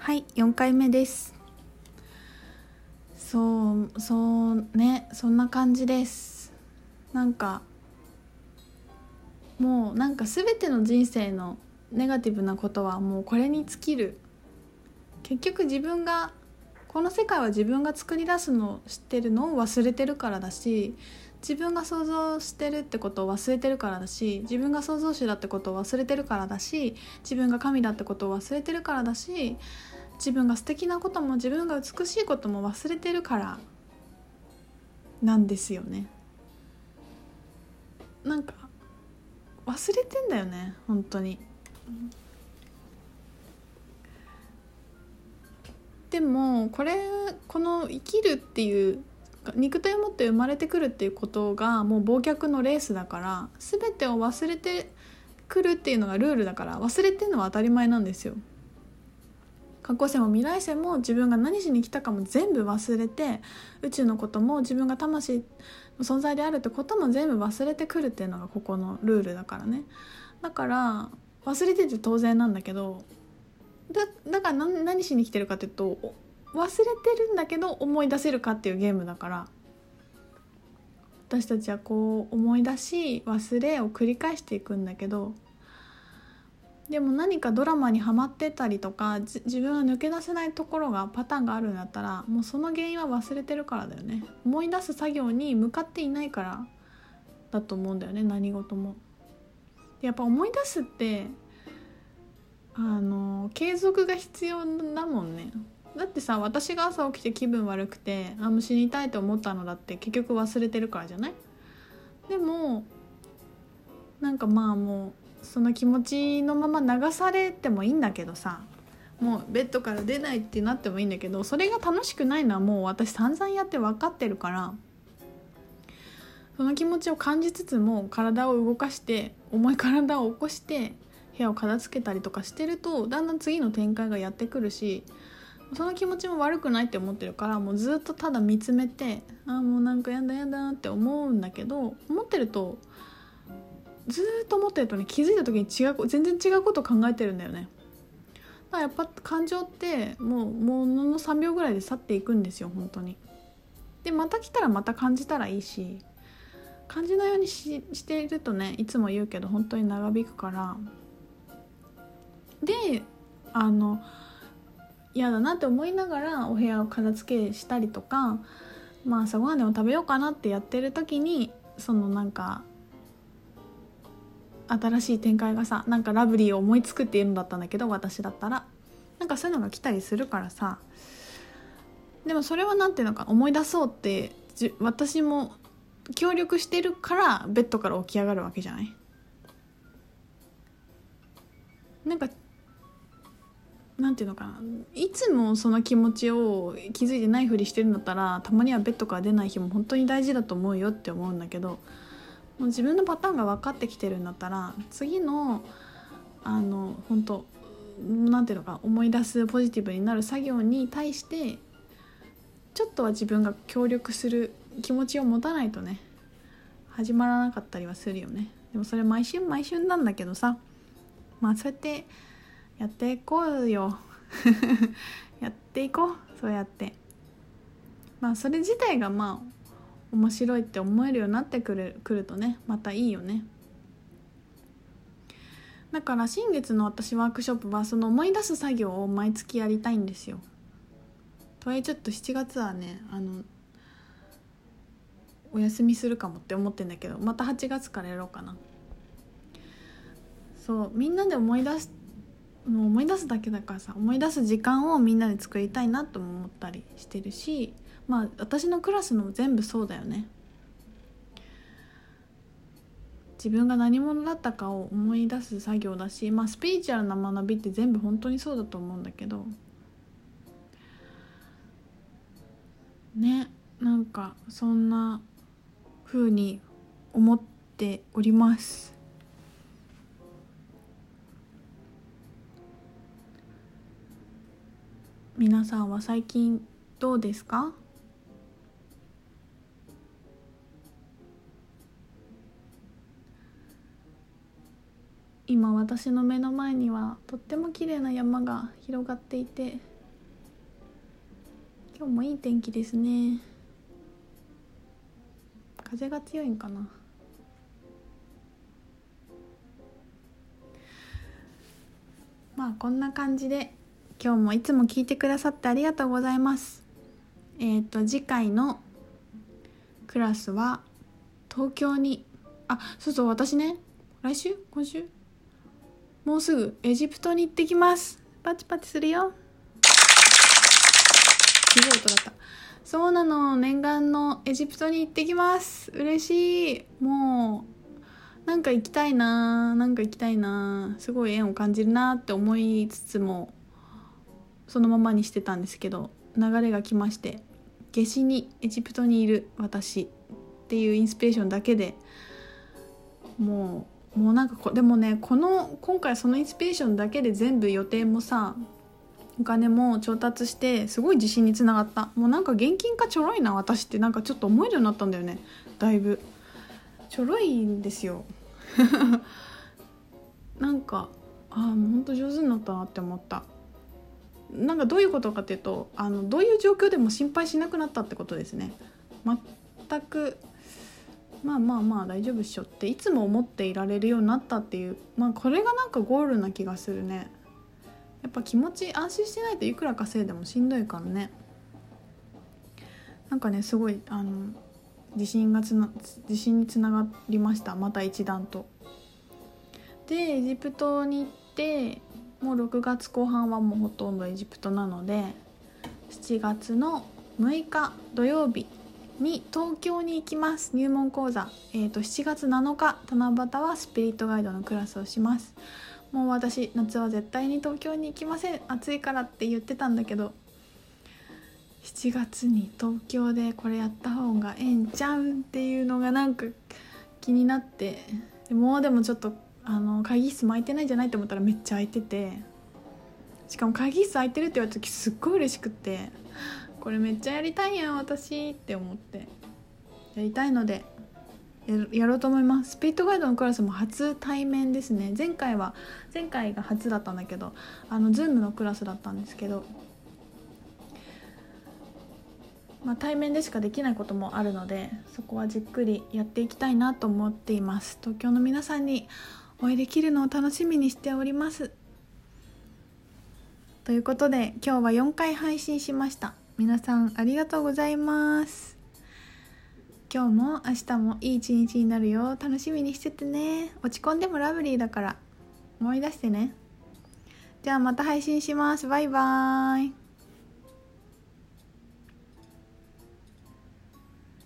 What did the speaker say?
はい、4回目です。そうね、そんな感じです。なんかもう全ての人生のネガティブなことはもうこれに尽きる。結局この世界は自分が作り出すのを知ってるのを忘れてるからだし、自分が想像してるってことを忘れてるからだし、自分が創造主だってことを忘れてるからだし、自分が神だってことを忘れてるからだし、自分が素敵なことも自分が美しいことも忘れてるからなんですよね。忘れてんだよね本当に。でもこの生きるっていう肉体を持って生まれてくるっていうことがもう忘却のレースだから、全てを忘れてくるっていうのがルールだから、忘れてるのは当たり前なんですよ。過去世も未来世も自分が何しに来たかも全部忘れて、宇宙のことも自分が魂の存在であるってことも全部忘れてくるっていうのがここのルールだからね。だから忘れてて当然なんだけど、だから何しに来てるかっていうと、忘れてるんだけど思い出せるかっていうゲームだから、私たちはこう思い出し忘れを繰り返していくんだけど、でも何かドラマにはまってたりとか、自分は抜け出せないところがパターンがあるんだったら、もうその原因は忘れてるからだよね。思い出す作業に向かっていないからだと思うんだよね、何事も。やっぱ思い出すって継続が必要だもんね。だってさ、私が朝起きて気分悪くてもう死にたいと思ったのだって結局忘れてるからじゃない。でももうその気持ちのまま流されてもいいんだけどさ、もうベッドから出ないってなってもいいんだけど、それが楽しくないのはもう私散々やって分かってるから、その気持ちを感じつつも体を動かして重い体を起こして部屋を片付けたりとかしてると、だんだん次の展開がやってくるし、その気持ちも悪くないって思ってるから、もうずっとただ見つめて、もうやだやだって思うんだけど、思ってるとずっと思ってるとね、気づいた時に全然違うことを考えてるんだよね。だからやっぱ感情ってもの3秒ぐらいで去っていくんですよ本当に。でまた来たらまた感じたらいいし、感じないようにしているとね、いつも言うけど本当に長引くから。で嫌だなって思いながらお部屋を片付けしたりとか、朝ごはんでも食べようかなってやってる時に、新しい展開がさ、ラブリーを思いつくっていうのだったんだけど、私だったらそういうのが来たりするからさ。でもそれは思い出そうって私も協力してるからベッドから起き上がるわけじゃない。いつもその気持ちを気づいてないふりしてるんだったら、たまにはベッドから出ない日も本当に大事だと思うよって思うんだけど、もう自分のパターンが分かってきてるんだったら、次の本当思い出すポジティブになる作業に対してちょっとは自分が協力する気持ちを持たないとね、始まらなかったりはするよね。でもそれ毎春毎春なんだけどさ、そうやってやっていこうよやっていこう、そうやって。それ自体が面白いって思えるようになってくるとね、またいいよね。だから新月の私ワークショップはその思い出す作業を毎月やりたいんですよ。とはいえちょっと7月はねお休みするかもって思ってんだけど、また8月からやろうかな。そう、みんなで思い出すだけだからさ、思い出す時間をみんなで作りたいなとも思ったりしてるし、私のクラスの全部そうだよね。自分が何者だったかを思い出す作業だし、スピリチュアルな学びって全部本当にそうだと思うんだけどね。そんな風に思っております。皆さんは最近どうですか？今私の目の前にはとっても綺麗な山が広がっていて、 今日もいい天気ですね。風が強いんかな。まあこんな感じで今日もいつも聞いてくださってありがとうございます。次回のクラスは東京に、そうそう、私ね、今週もうすぐエジプトに行ってきます。パチパチするよ。すごい音だった。そうなの、念願のエジプトに行ってきます。嬉しい。もうなんか行きたいな、すごい縁を感じるなって思いつつもそのままにしてたんですけど、流れが来まして、夏至にエジプトにいる私っていうインスピレーションだけでもうなんかでもね、今回そのインスピレーションだけで全部予定もさ、お金も調達してすごい自信につながった。もうなんか現金化ちょろいな私ってなんかちょっと思えるようになったんだよね。だいぶちょろいんですよなんかもうほんと上手になったなって思った。なんかどういうことかっていうと、どういう状況でも心配しなくなったってことですね。全くまあ大丈夫っしょっていつも思っていられるようになったっていう、これがなんかゴールな気がするね。やっぱ気持ち安心してないといくら稼いでもしんどいからね。なんかね、すごい自信につながりました。また一段と。でエジプトに行って、もう6月後半はもうほとんどエジプトなので、7月の6日土曜日に東京に行きます。入門講座、7月7日七夕はスピリットガイドのクラスをします。もう私夏は絶対に東京に行きません、暑いからって言ってたんだけど、7月に東京でこれやった方がええんちゃうっていうのがなんか気になって、でもちょっと会議室も空いてないんじゃないと思ったらめっちゃ空いてて、しかも会議室空いてるって言われた時すっごい嬉しくって、これめっちゃやりたいやん私って思ってやりたいのでやろうと思います。スピリットガイドのクラスも初対面ですね。前回が初だったんだけど、Zoom のクラスだったんですけど、対面でしかできないこともあるので、そこはじっくりやっていきたいなと思っています。東京の皆さんにお会いできるのを楽しみにしております。ということで今日は4回配信しました。皆さんありがとうございます。今日も明日もいい一日になるよう楽しみにしててね。落ち込んでもラブリーだから思い出してね。じゃあまた配信します。バイバーイ。